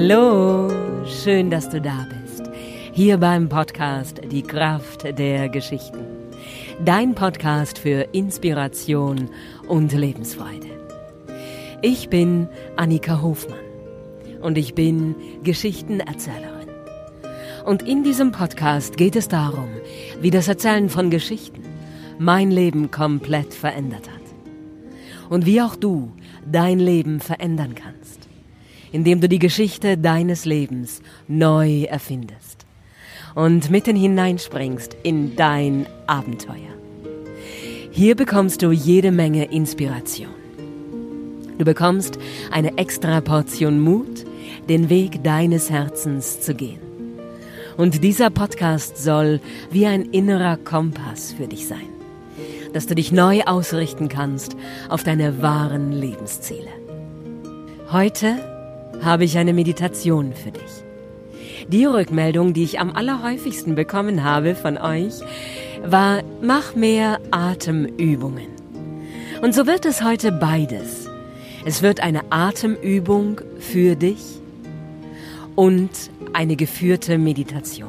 Hallo, schön, dass du da bist. Hier beim Podcast Die Kraft der Geschichten. Dein Podcast für Inspiration und Lebensfreude. Ich bin Annika Hofmann und ich bin Geschichtenerzählerin. Und in diesem Podcast geht es darum, wie das Erzählen von Geschichten mein Leben komplett verändert hat. Und wie auch du dein Leben verändern kannst, indem du die Geschichte deines Lebens neu erfindest und mitten hineinspringst in dein Abenteuer. Hier bekommst du jede Menge Inspiration. Du bekommst eine extra Portion Mut, den Weg deines Herzens zu gehen. Und dieser Podcast soll wie ein innerer Kompass für dich sein, dass du dich neu ausrichten kannst auf deine wahren Lebensziele. Heute habe ich eine Meditation für dich. Die Rückmeldung, die ich am allerhäufigsten bekommen habe von euch, war: mach mehr Atemübungen. Und so wird es heute beides. Es wird eine Atemübung für dich und eine geführte Meditation.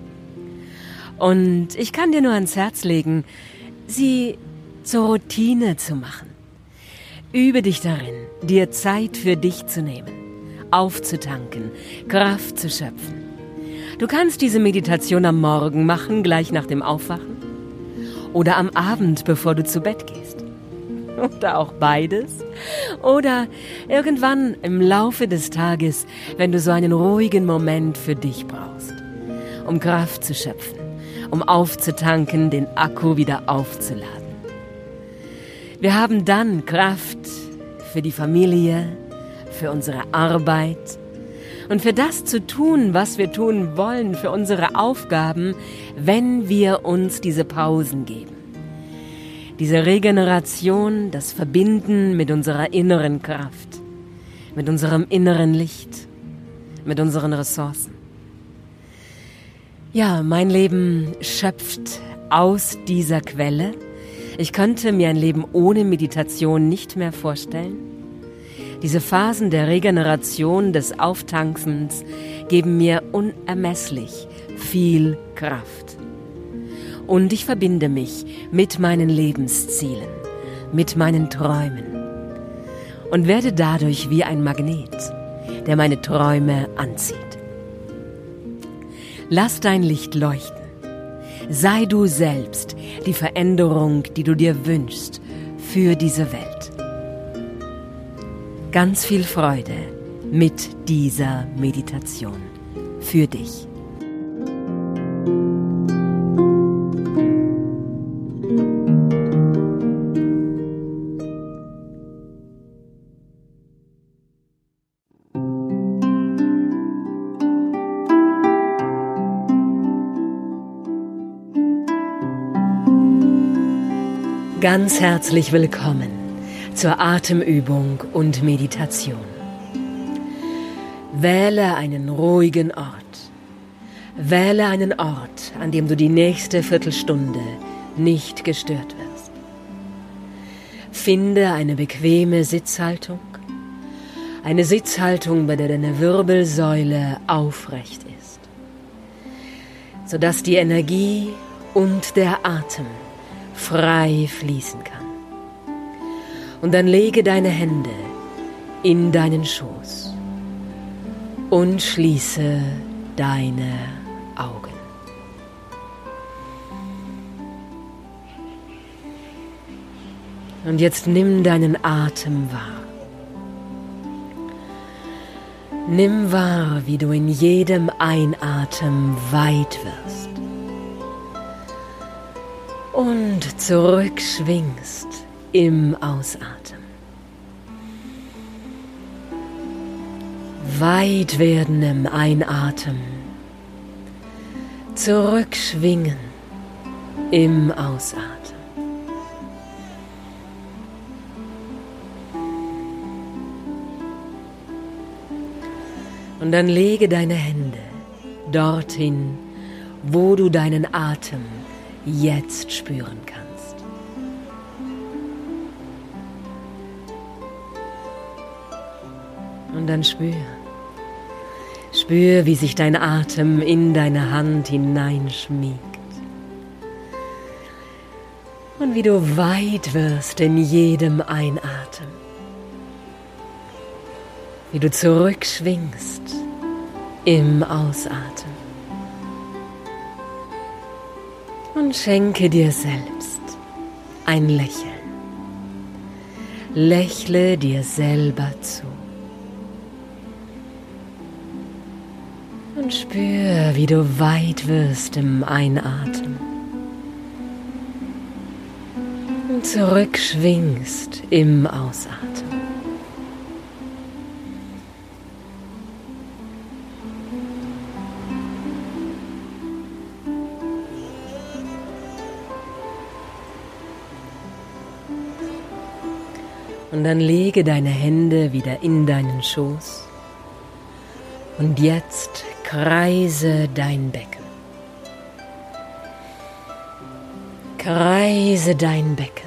Und ich kann dir nur ans Herz legen, sie zur Routine zu machen. Übe dich darin, dir Zeit für dich zu nehmen, aufzutanken, Kraft zu schöpfen. Du kannst diese Meditation am Morgen machen, gleich nach dem Aufwachen, oder am Abend, bevor du zu Bett gehst. Oder auch beides. Oder irgendwann im Laufe des Tages, wenn du so einen ruhigen Moment für dich brauchst, um Kraft zu schöpfen, um aufzutanken, den Akku wieder aufzuladen. Wir haben dann Kraft für die Familie, für unsere Arbeit und für das zu tun, was wir tun wollen, für unsere Aufgaben, wenn wir uns diese Pausen geben. Diese Regeneration, das Verbinden mit unserer inneren Kraft, mit unserem inneren Licht, mit unseren Ressourcen. Ja, mein Leben schöpft aus dieser Quelle. Ich könnte mir ein Leben ohne Meditation nicht mehr vorstellen. Diese Phasen der Regeneration, des Auftankens geben mir unermesslich viel Kraft. Und ich verbinde mich mit meinen Lebenszielen, mit meinen Träumen und werde dadurch wie ein Magnet, der meine Träume anzieht. Lass dein Licht leuchten. Sei du selbst die Veränderung, die du dir wünschst für diese Welt. Ganz viel Freude mit dieser Meditation für dich. Ganz herzlich willkommen zur Atemübung und Meditation. Wähle einen ruhigen Ort. Wähle einen Ort, an dem du die nächste Viertelstunde nicht gestört wirst. Finde eine bequeme Sitzhaltung. Eine Sitzhaltung, bei der deine Wirbelsäule aufrecht ist, sodass die Energie und der Atem frei fließen kann. Und dann lege deine Hände in deinen Schoß und schließe deine Augen. Und jetzt nimm deinen Atem wahr. Nimm wahr, wie du in jedem Einatmen weit wirst und zurückschwingst im Ausatmen. Weit werden im Einatmen, zurückschwingen im Ausatmen. Und dann lege deine Hände dorthin, wo du deinen Atem jetzt spüren kannst. Und dann spür, Spür, wie sich dein Atem in deine Hand hineinschmiegt. Und wie du weit wirst in jedem Einatmen. Wie du zurückschwingst im Ausatmen. Und schenke dir selbst ein Lächeln. Lächle dir selber zu. Und spür, wie du weit wirst im Einatmen. Und zurückschwingst im Ausatmen. Und dann lege deine Hände wieder in deinen Schoß. Und jetzt kreise dein Becken. Kreise dein Becken.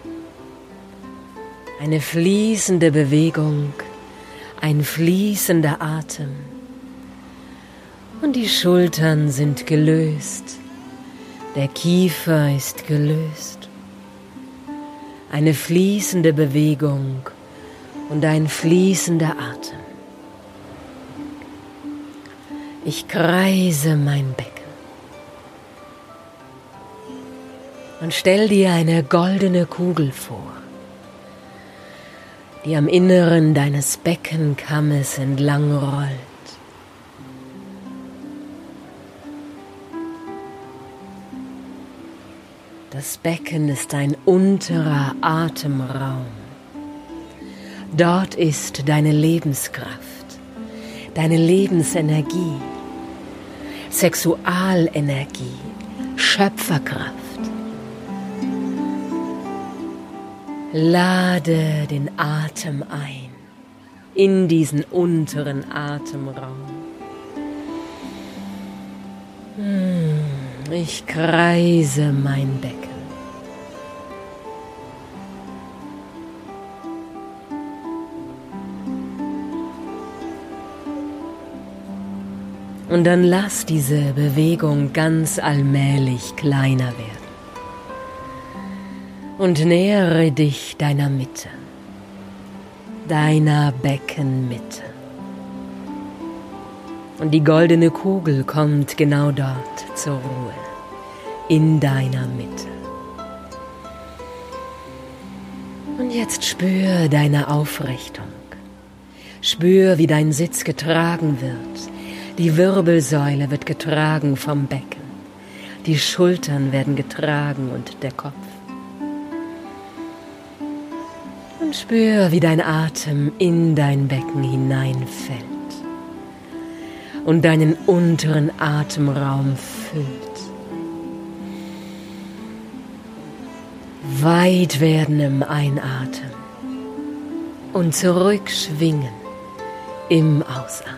Eine fließende Bewegung, ein fließender Atem. Und die Schultern sind gelöst. Der Kiefer ist gelöst. Eine fließende Bewegung und ein fließender Atem. Ich kreise mein Becken. Und stell dir eine goldene Kugel vor, die am Inneren deines Beckenkammes entlang rollt. Das Becken ist ein unterer Atemraum. Dort ist deine Lebenskraft, deine Lebensenergie, Sexualenergie, Schöpferkraft. Lade den Atem ein in diesen unteren Atemraum. Ich kreise mein Becken. Und dann lass diese Bewegung ganz allmählich kleiner werden. Und nähere dich deiner Mitte, deiner Beckenmitte. Und die goldene Kugel kommt genau dort zur Ruhe, in deiner Mitte. Und jetzt spür deine Aufrichtung. Spür, wie dein Sitz getragen wird. Die Wirbelsäule wird getragen vom Becken. Die Schultern werden getragen und der Kopf. Und spür, wie dein Atem in dein Becken hineinfällt und deinen unteren Atemraum füllt. Weit werden im Einatmen und zurückschwingen im Ausatmen.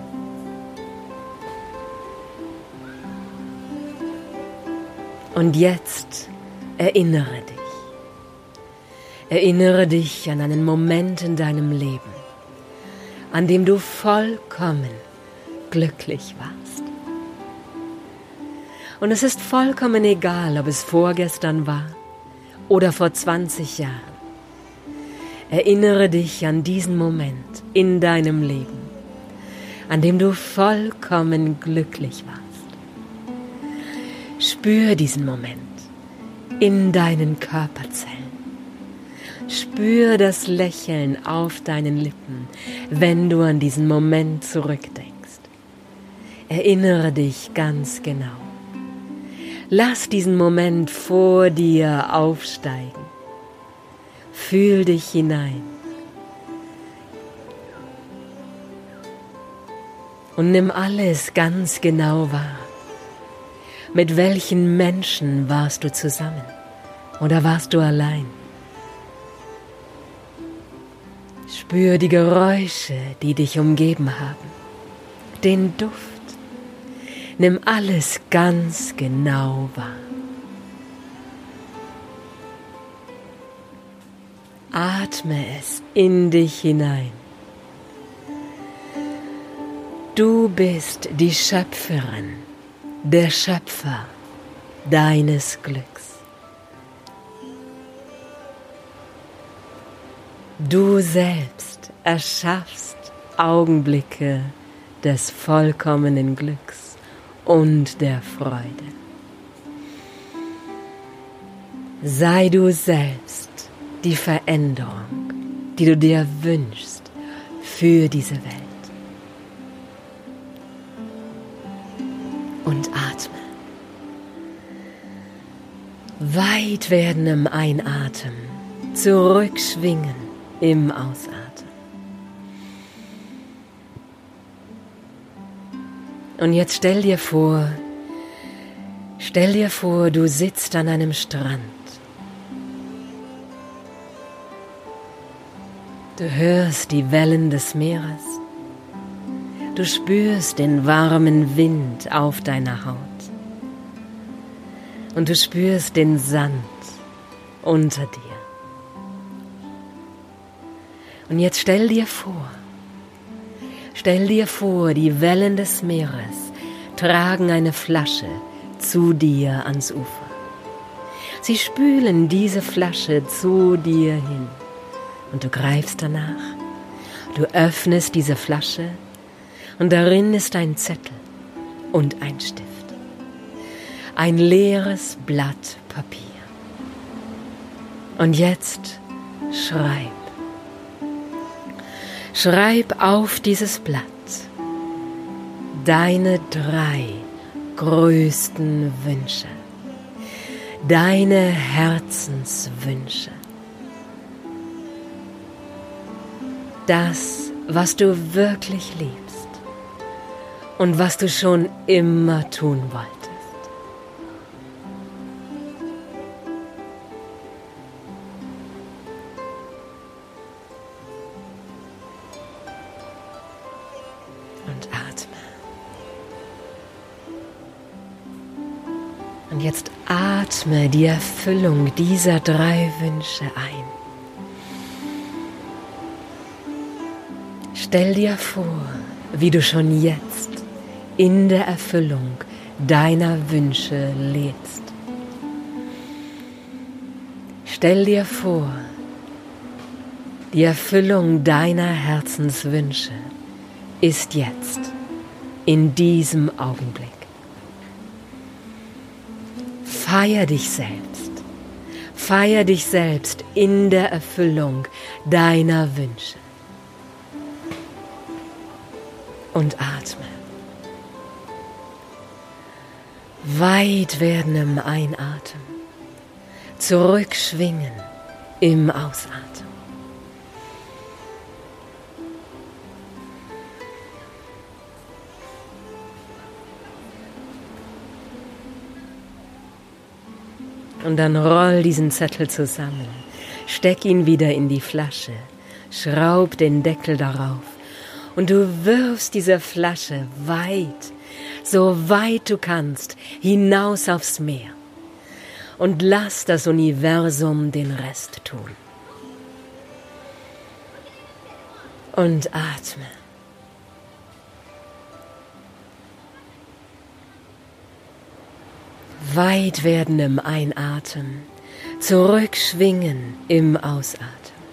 Und jetzt erinnere dich. Erinnere dich an einen Moment in deinem Leben, an dem du vollkommen glücklich warst. Und es ist vollkommen egal, ob es vorgestern war oder vor 20 Jahren. Erinnere dich an diesen Moment in deinem Leben, an dem du vollkommen glücklich warst. Spür diesen Moment in deinen Körperzellen. Spür das Lächeln auf deinen Lippen, wenn du an diesen Moment zurückdenkst. Erinnere dich ganz genau. Lass diesen Moment vor dir aufsteigen. Fühl dich hinein. Und nimm alles ganz genau wahr. Mit welchen Menschen warst du zusammen? Oder warst du allein? Spür die Geräusche, die dich umgeben haben. Den Duft. Nimm alles ganz genau wahr. Atme es in dich hinein. Du bist die Schöpferin, der Schöpfer deines Glücks. Du selbst erschaffst Augenblicke des vollkommenen Glücks und der Freude. Sei du selbst die Veränderung, die du dir wünschst für diese Welt. Und atme. Weit werden im Einatmen, zurückschwingen im Ausatmen. Und jetzt stell dir vor, du sitzt an einem Strand. Du hörst die Wellen des Meeres. Du spürst den warmen Wind auf deiner Haut. Und du spürst den Sand unter dir. Und jetzt stell dir vor, die Wellen des Meeres tragen eine Flasche zu dir ans Ufer. Sie spülen diese Flasche zu dir hin. Und du greifst danach, du öffnest diese Flasche und darin ist ein Zettel und ein Stift. Ein leeres Blatt Papier. Und jetzt schreib. Schreib auf dieses Blatt deine 3 größten Wünsche, deine Herzenswünsche. Das, was du wirklich liebst und was du schon immer tun wolltest. Und atme. Und jetzt atme die Erfüllung dieser 3 Wünsche ein. Stell dir vor, wie du schon jetzt in der Erfüllung deiner Wünsche lebst. Stell dir vor, die Erfüllung deiner Herzenswünsche ist jetzt, in diesem Augenblick. Feier dich selbst in der Erfüllung deiner Wünsche. Und atme. Weit werden im Einatmen, zurückschwingen im Ausatmen. Und dann roll diesen Zettel zusammen, steck ihn wieder in die Flasche, schraub den Deckel darauf. Und du wirfst diese Flasche so weit du kannst, hinaus aufs Meer. Und lass das Universum den Rest tun. Und atme. Weit werden im Einatmen, zurückschwingen im Ausatmen.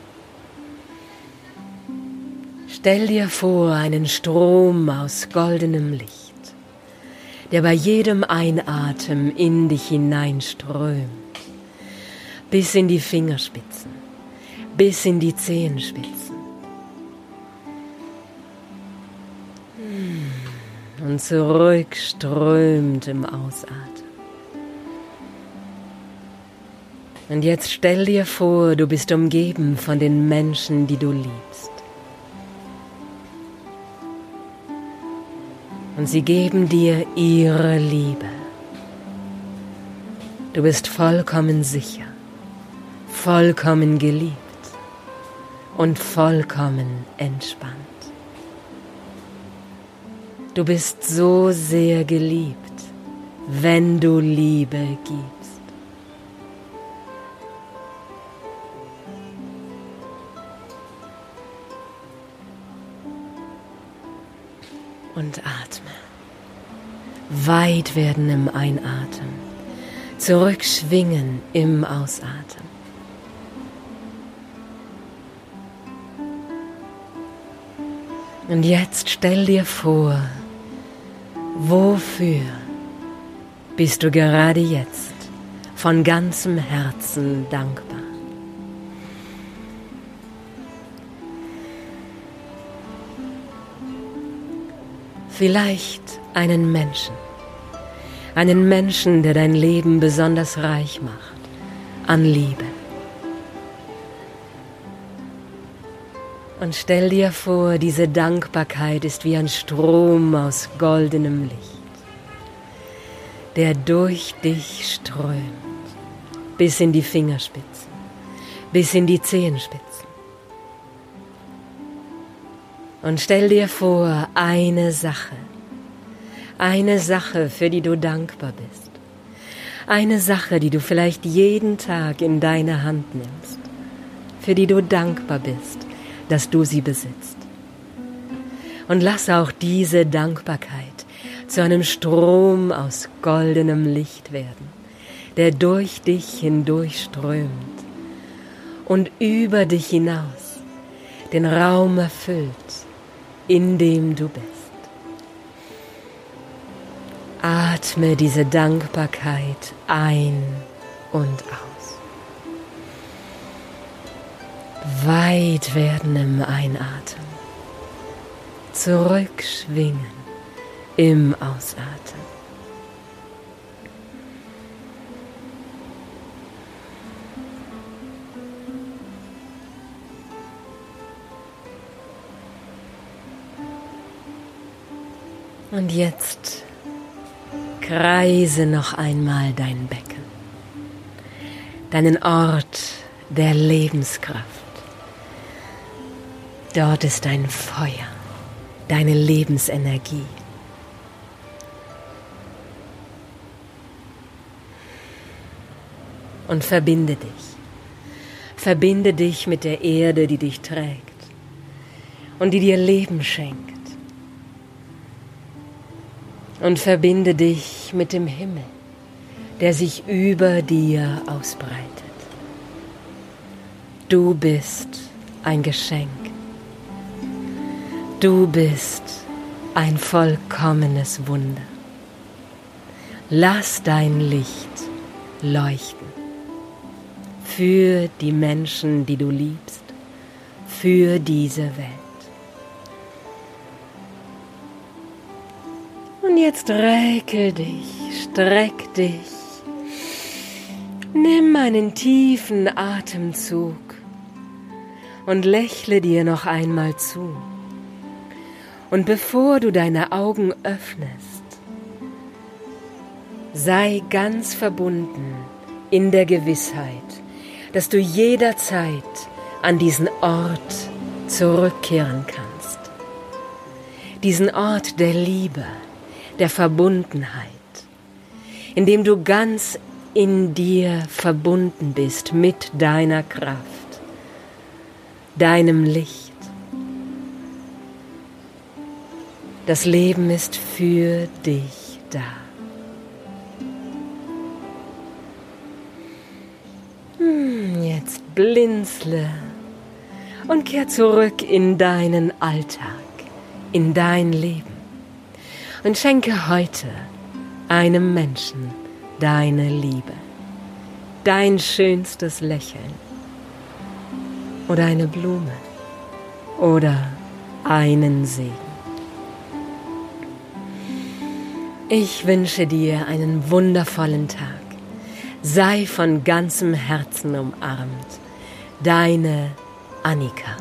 Stell dir vor einen Strom aus goldenem Licht, der bei jedem Einatmen in dich hineinströmt, bis in die Fingerspitzen, bis in die Zehenspitzen. Und zurückströmt im Ausatmen. Und jetzt stell dir vor, du bist umgeben von den Menschen, die du liebst. Und sie geben dir ihre Liebe. Du bist vollkommen sicher, vollkommen geliebt und vollkommen entspannt. Du bist so sehr geliebt, wenn du Liebe gibst. und atme. Weit werden im Einatmen, zurückschwingen im Ausatmen. Und jetzt stell dir vor, wofür bist du gerade jetzt von ganzem Herzen dankbar? Vielleicht einen Menschen, der dein Leben besonders reich macht an Liebe. Und stell dir vor, diese Dankbarkeit ist wie ein Strom aus goldenem Licht, der durch dich strömt, bis in die Fingerspitzen, bis in die Zehenspitzen. Und stell dir vor, eine Sache, für die du dankbar bist. Eine Sache, die du vielleicht jeden Tag in deine Hand nimmst, für die du dankbar bist, dass du sie besitzt. Und lass auch diese Dankbarkeit zu einem Strom aus goldenem Licht werden, der durch dich hindurch strömt und über dich hinaus den Raum erfüllt, in dem du bist. Atme diese Dankbarkeit ein und aus. Weit werden im Einatmen, zurückschwingen im Ausatmen. Und jetzt kreise noch einmal dein Becken, deinen Ort der Lebenskraft. Dort ist dein Feuer, deine Lebensenergie. Und verbinde dich mit der Erde, die dich trägt und die dir Leben schenkt. Und verbinde dich mit dem Himmel, der sich über dir ausbreitet. Du bist ein Geschenk. Du bist ein vollkommenes Wunder. Lass dein Licht leuchten für die Menschen, die du liebst, für diese Welt. Und jetzt recke dich, streck dich, nimm einen tiefen Atemzug und lächle dir noch einmal zu. Und bevor du deine Augen öffnest, sei ganz verbunden in der Gewissheit, dass du jederzeit an diesen Ort zurückkehren kannst. Diesen Ort der Liebe, der Verbundenheit, in dem du ganz in dir verbunden bist mit deiner Kraft, deinem Licht. Das Leben ist für dich da. Jetzt blinzle und kehr zurück in deinen Alltag, in dein Leben und schenke heute einem Menschen deine Liebe, dein schönstes Lächeln oder eine Blume oder einen Segen. Ich wünsche dir einen wundervollen Tag. Sei von ganzem Herzen umarmt. Deine Annika.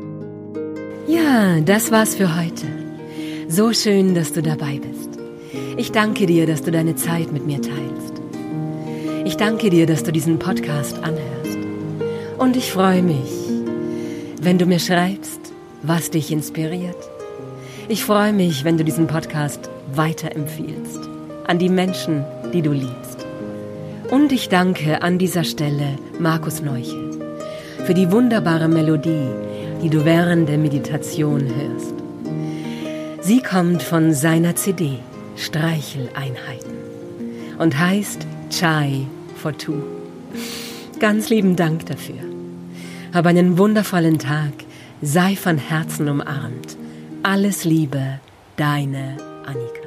Ja, das war's für heute. So schön, dass du dabei bist. Ich danke dir, dass du deine Zeit mit mir teilst. Ich danke dir, dass du diesen Podcast anhörst. Und ich freue mich, wenn du mir schreibst, was dich inspiriert. Ich freue mich, wenn du diesen Podcast weiterempfiehlst an die Menschen, die du liebst. Und ich danke an dieser Stelle Markus Neuchel für die wunderbare Melodie, die du während der Meditation hörst. Sie kommt von seiner CD Streicheleinheiten und heißt Chai for Two. Ganz lieben Dank dafür. Hab einen wundervollen Tag, sei von Herzen umarmt. Alles Liebe, deine Annika.